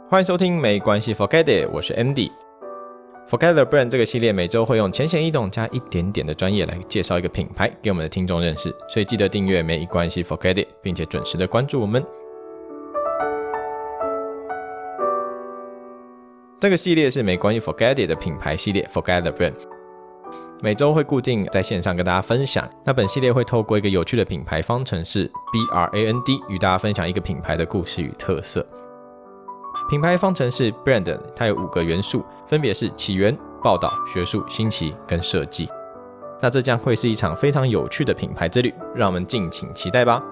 欢迎收听没关系 Forget It， 我是 Andy。Forget the Brand 这个系列每周会用浅显易懂加一点点的专业来介绍一个品牌给我们的听众认识，所以记得订阅没关系 Forget It， 并且准时的关注我们。这个系列是没关系 Forget It 的品牌系列 Forget the Brand， 每周会固定在线上跟大家分享。那本系列会透过一个有趣的品牌方程式 BRAND 与大家分享一个品牌的故事与特色。品牌方程式 Brand 它有5个元素，分别是起源、报道、学术、新奇跟设计。那这将会是一场非常有趣的品牌之旅，让我们敬请期待吧。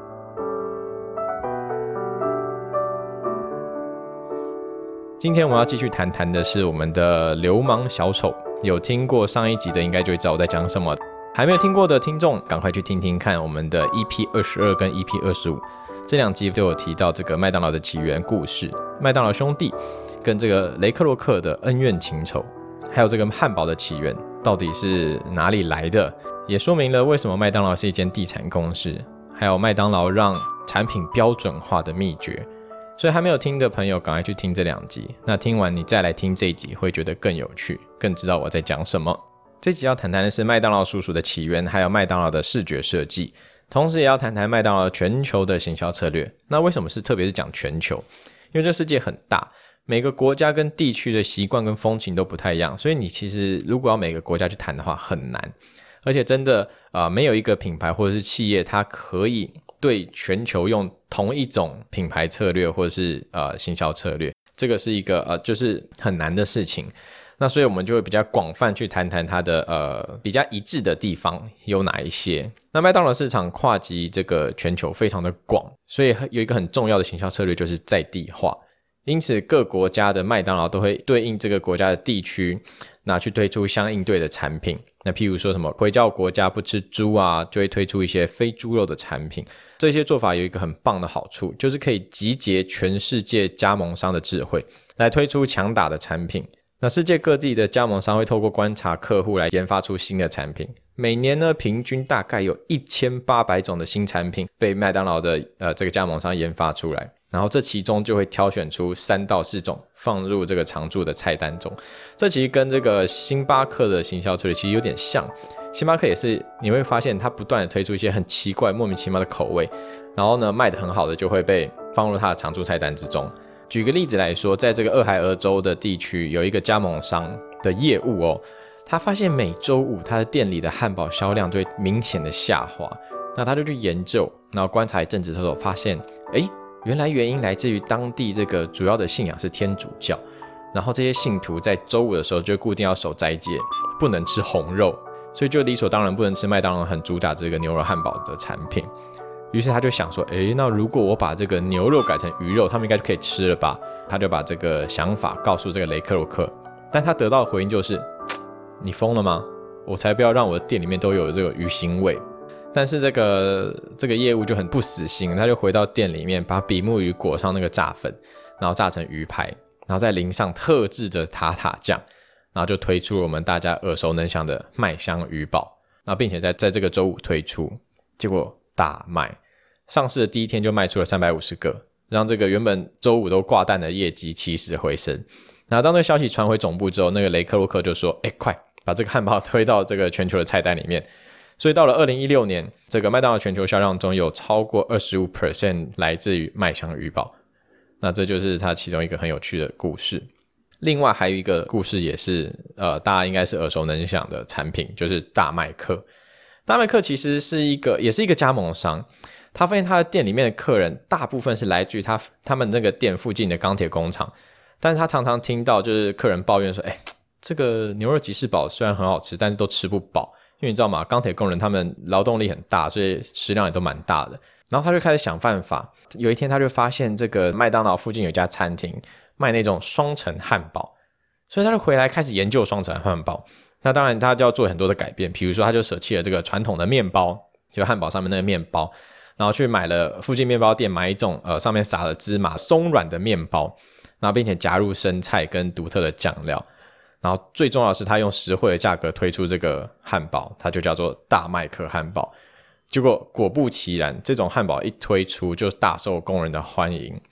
今天我们要继续谈谈的是我们的流氓小丑，有听过上一集的应该就会知道我在讲什么，还没有听过的听众赶快去听听看我们的 EP22 跟 EP25， 这2集都有提到这个麦当劳的起源故事，麦当劳兄弟跟这个雷克洛克的恩怨情仇，还有这个汉堡的起源到底是哪里来的，也说明了为什么麦当劳是一间地产公司，还有麦当劳让产品标准化的秘诀。所以还没有听的朋友赶快去听这2集，那听完你再来听这一集会觉得更有趣，更知道我在讲什么。这集要谈谈的是麦当劳叔叔的起源，还有麦当劳的视觉设计，同时也要谈谈麦当劳全球的行销策略。那为什么是特别是讲全球？因为这世界很大，每个国家跟地区的习惯跟风情都不太一样，所以你其实如果要每个国家去谈的话很难，而且真的没有一个品牌或者是企业它可以对全球用同一种品牌策略或者是行销策略，这个是一个就是很难的事情。那所以我们就会比较广泛去谈谈它的比较一致的地方有哪一些。那麦当劳市场跨及这个全球非常的广，所以有一个很重要的行销策略就是在地化。因此各国家的麦当劳都会对应这个国家的地区，那去推出相应对的产品。那譬如说什么回教国家不吃猪啊，就会推出一些非猪肉的产品。这些做法有一个很棒的好处，就是可以集结全世界加盟商的智慧来推出强打的产品。那世界各地的加盟商会透过观察客户来研发出新的产品，每年呢平均大概有1800种的新产品被麦当劳的这个加盟商研发出来，然后这其中就会挑选出3到4种放入这个常驻的菜单中。这其实跟这个星巴克的行销策略其实有点像，星巴克也是你会发现它不断的推出一些很奇怪莫名其妙的口味，然后呢卖得很好的就会被放入它的常驻菜单之中。举个例子来说，在这个俄亥俄州的地区有一个加盟商的业务他发现每周5他的店里的汉堡销量就会明显的下滑，那他就去研究，然后观察一阵子之后发现原来原因来自于当地这个主要的信仰是天主教，然后这些信徒在周5的时候就固定要守斋戒，不能吃红肉，所以就理所当然不能吃麦当劳很主打这个牛肉汉堡的产品。于是他就想说那如果我把这个牛肉改成鱼肉，他们应该就可以吃了吧。他就把这个想法告诉这个雷克洛克，但他得到的回应就是你疯了吗？我才不要让我的店里面都有这个鱼腥味。但是这个业务就很不死心，他就回到店里面把比目鱼裹上那个炸粉，然后炸成鱼排，然后再淋上特制的塔塔酱，然后就推出了我们大家耳熟能详的麦香鱼堡，然后并且在这个周5推出，结果大卖，上市的第一天就卖出了350个，让这个原本周5都挂蛋的业绩起死回生。然后当这个消息传回总部之后，那个雷克洛克就说快把这个汉堡推到这个全球的菜单里面。所以到了2016年，这个麦当劳全球销量中有超过 25% 来自于麦香鱼堡。那这就是它其中一个很有趣的故事。另外还有一个故事也是大家应该是耳熟能详的产品，就是大麦克。大麦克其实也是一个加盟商，他发现他的店里面的客人大部分是来自于他们那个店附近的钢铁工厂，但是他常常听到就是客人抱怨说这个牛肉吉士堡虽然很好吃，但是都吃不饱，因为你知道吗，钢铁工人他们劳动力很大，所以食量也都蛮大的。然后他就开始想办法，有一天他就发现这个麦当劳附近有一家餐厅卖那种双层汉堡，所以他就回来开始研究双层汉堡。那当然他就要做很多的改变，比如说他就舍弃了这个传统的面包，就汉堡上面那个面包，然后去买了附近面包店买一种上面撒了芝麻松软的面包，然后并且加入生菜跟独特的酱料，然后最重要的是他用实惠的价格推出这个汉堡，它就叫做大麦克汉堡。结果果不其然，这种汉堡一推出就大受工人的欢迎，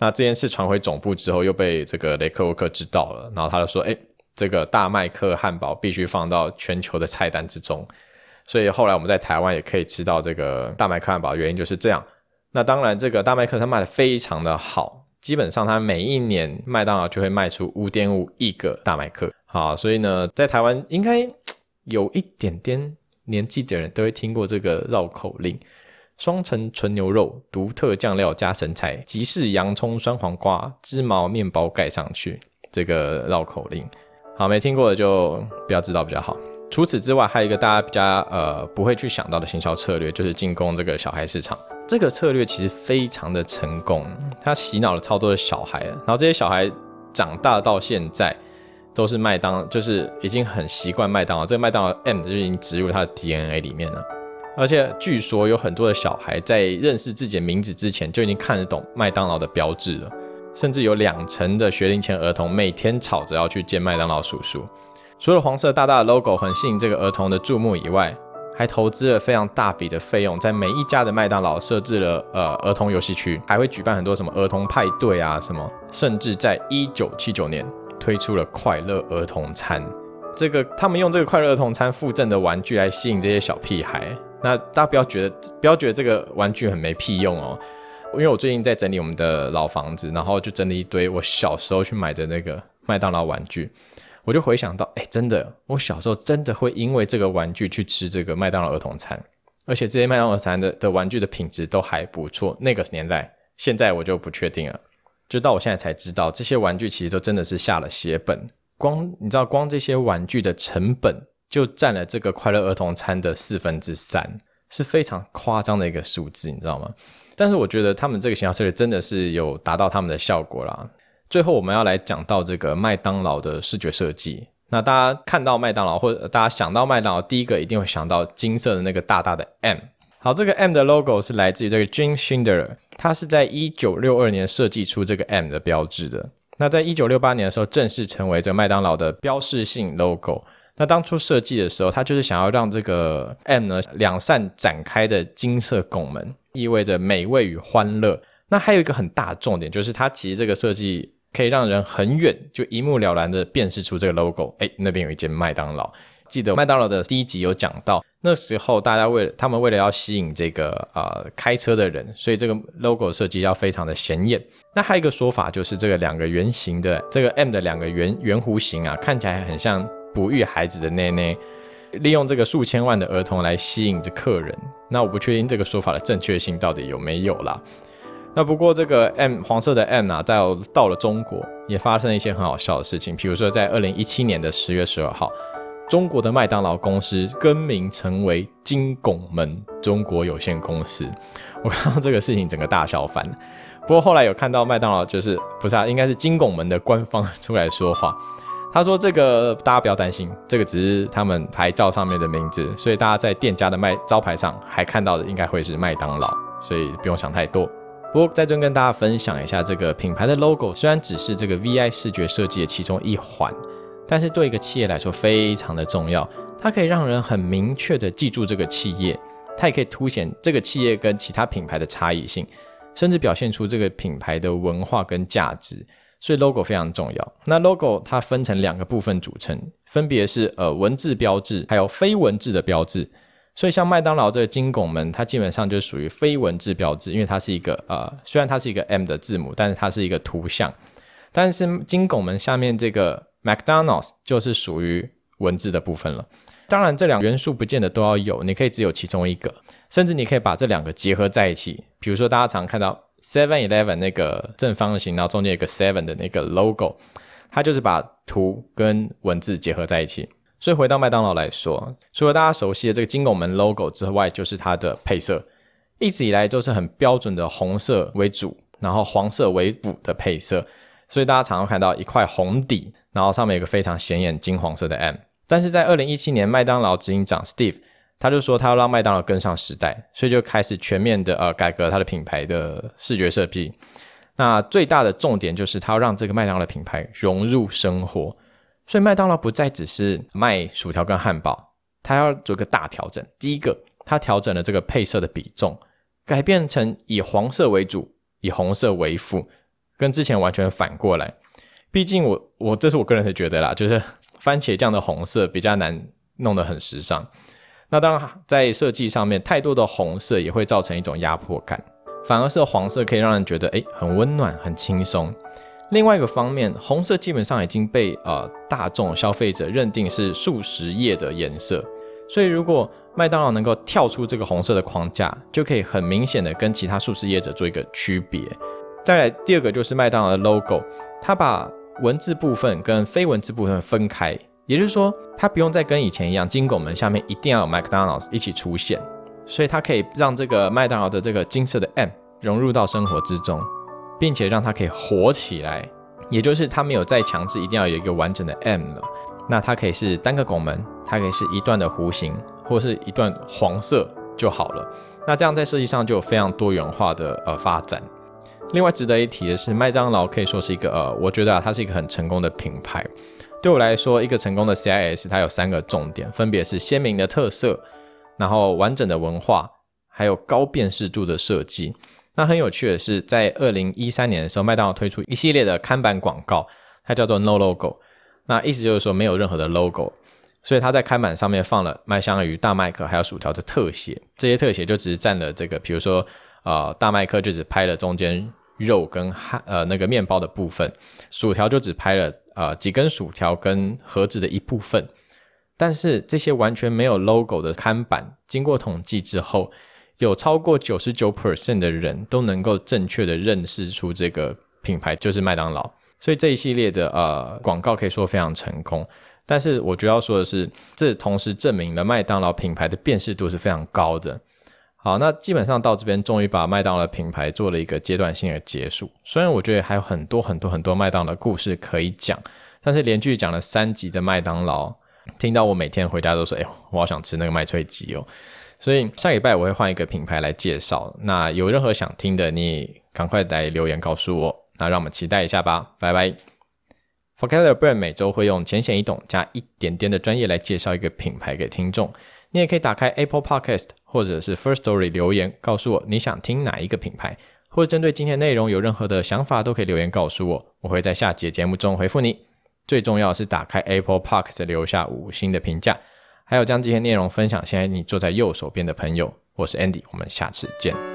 那这件事传回总部之后，又被这个雷克沃克知道了，然后他就说这个大麦克汉堡必须放到全球的菜单之中。所以后来我们在台湾也可以吃到这个大麦克汉堡，原因就是这样。那当然这个大麦克它卖得非常的好，基本上它每一年麦当劳就会卖出 5.5 亿个大麦克。好，所以呢在台湾应该有一点点年纪的人都会听过这个绕口令，双层纯牛肉，独特酱料加神菜，吉士洋葱酸黄瓜，芝麻面包盖上去，这个绕口令。好，没听过的就不要知道比较好。除此之外，还有一个大家比较不会去想到的行销策略，就是进攻这个小孩市场。这个策略其实非常的成功，它洗脑了超多的小孩，然后这些小孩长大到现在都是麦当，就是已经很习惯麦当劳，这个麦当劳 M 就已经植入他的 DNA 里面了。而且据说有很多的小孩在认识自己的名字之前就已经看得懂麦当劳的标志了，甚至有2成的学龄前儿童每天吵着要去见麦当劳叔叔。除了黄色大大的 logo 很吸引这个儿童的注目以外，还投资了非常大笔的费用，在每一家的麦当劳设置了儿童游戏区，还会举办很多什么儿童派对啊什么，甚至在1979年推出了快乐儿童餐。他们用这个快乐儿童餐附赠的玩具来吸引这些小屁孩。那大家不要觉得这个玩具很没屁用哦，因为我最近在整理我们的老房子，然后就整理一堆我小时候去买的那个麦当劳玩具，我就回想到真的我小时候真的会因为这个玩具去吃这个麦当劳儿童餐，而且这些麦当劳儿童餐 的玩具的品质都还不错，那个年代，现在我就不确定了，就到我现在才知道这些玩具其实都真的是下了血本，你知道光这些玩具的成本就占了这个快乐儿童餐的3/4，是非常夸张的一个数字，你知道吗？但是我觉得他们这个行销策略真的是有达到他们的效果啦。最后我们要来讲到这个麦当劳的视觉设计。那大家看到麦当劳或者大家想到麦当劳，第一个一定会想到金色的那个大大的 M。 好，这个 M 的 logo 是来自于这个 Gene Schindler， 他是在1962年设计出这个 M 的标志的。那在1968年的时候正式成为这个麦当劳的标示性 logo。那当初设计的时候，他就是想要让这个 M 呢2扇展开的金色拱门，意味着美味与欢乐。那还有一个很大的重点，就是它其实这个设计可以让人很远就一目了然的辨识出这个 logo， 那边有一间麦当劳。记得麦当劳的第一集有讲到，那时候他们为了要吸引这个开车的人，所以这个 logo 设计要非常的显眼。那还有一个说法就是这个2个圆形的这个 M 的2个圆弧形啊，看起来很像哺育孩子的内内，利用这个数千万的儿童来吸引着客人。那我不确定这个说法的正确性到底有没有啦。那不过这个 M 黄色的 M 啊，到了中国也发生了一些很好笑的事情。比如说在2017年的10月12号，中国的麦当劳公司更名成为金拱门中国有限公司。我看到这个事情整个大笑翻。不过后来有看到麦当劳应该是金拱门的官方出来说话，他说这个大家不要担心，这个只是他们牌照上面的名字，所以大家在店家的招牌上还看到的应该会是麦当劳，所以不用想太多。不过在这跟大家分享一下，这个品牌的 logo 虽然只是这个 VI 视觉设计的其中一环，但是对一个企业来说非常的重要。它可以让人很明确的记住这个企业，它也可以凸显这个企业跟其他品牌的差异性，甚至表现出这个品牌的文化跟价值。所以 logo 非常重要。那 logo 它分成2个部分组成，分别是文字标志还有非文字的标志。所以像麦当劳这个金拱门，它基本上就属于非文字标志，因为它是一个虽然它是一个 M 的字母，但是它是一个图像。但是金拱门下面这个 McDonald's 就是属于文字的部分了。当然这2个元素不见得都要有，你可以只有其中一个，甚至你可以把这2个结合在一起。比如说大家常看到 7-Eleven 那个正方形，然后中间有个 7的那个 logo， 它就是把图跟文字结合在一起。所以回到麦当劳来说，除了大家熟悉的这个金拱门 logo 之外，就是它的配色，一直以来都是很标准的红色为主，然后黄色为辅的配色。所以大家常常看到一块红底，然后上面有一个非常显眼金黄色的 M。 但是在2017年，麦当劳执行长 Steve 他就说他要让麦当劳跟上时代，所以就开始全面的改革他的品牌的视觉设计。那最大的重点就是他要让这个麦当劳的品牌融入生活，所以麦当劳不再只是卖薯条跟汉堡，他要做个大调整。第一个，他调整了这个配色的比重，改变成以黄色为主，以红色为辅， 跟之前完全反过来。毕竟我这是我个人的觉得啦，就是番茄酱的红色比较难弄得很时尚。那当然在设计上面太多的红色也会造成一种压迫感，反而是黄色可以让人觉得很温暖很轻松。另外一个方面，红色基本上已经被大众消费者认定是素食业的颜色，所以如果麦当劳能够跳出这个红色的框架，就可以很明显的跟其他素食业者做一个区别。再来第二个就是麦当劳的 logo， 它把文字部分跟非文字部分分开，也就是说它不用再跟以前一样金拱门下面一定要有 McDonald's 一起出现，所以它可以让这个麦当劳的这个金色的 M 融入到生活之中，并且让它可以活起来，也就是它没有再强制一定要有一个完整的 M 了。那它可以是单个拱门，它可以是一段的弧形，或是一段黄色就好了。那这样在设计上就有非常多元化的发展。另外值得一提的是，麦当劳可以说是一个我觉得它是一个很成功的品牌。对我来说，一个成功的 CIS 它有3个重点，分别是鲜明的特色，然后完整的文化，还有高辨识度的设计。那很有趣的是，在2013年的时候，麦当劳推出一系列的看板广告，它叫做 No Logo。那意思就是说没有任何的 logo， 所以它在看板上面放了麦香鱼、大麦克还有薯条的特写。这些特写就只是占了这个，比如说大麦克就只拍了中间肉跟那个面包的部分，薯条就只拍了几根薯条跟盒子的一部分。但是这些完全没有 logo 的看板，经过统计之后，有超过 99% 的人都能够正确的认识出这个品牌就是麦当劳。所以这一系列的广告可以说非常成功。但是我主要说的是，这同时证明了麦当劳品牌的辨识度是非常高的。好，那基本上到这边终于把麦当劳的品牌做了一个阶段性的结束。虽然我觉得还有很多麦当劳的故事可以讲，但是连续讲了3集的麦当劳，听到我每天回家都说我好想吃那个麦脆鸡哦。所以下礼拜我会换一个品牌来介绍，那有任何想听的你赶快来留言告诉我，那让我们期待一下吧。拜拜。Vocabulary Brain 每周会用浅显易懂加一点点的专业来介绍一个品牌给听众。你也可以打开 Apple Podcast 或者是 First Story 留言告诉我你想听哪一个品牌，或者针对今天内容有任何的想法都可以留言告诉我，我会在下集节目中回复你。最重要的是打开 Apple Podcast 留下5星的评价，还有将这些内容分享现在你坐在右手边的朋友。我是 Andy， 我们下次见。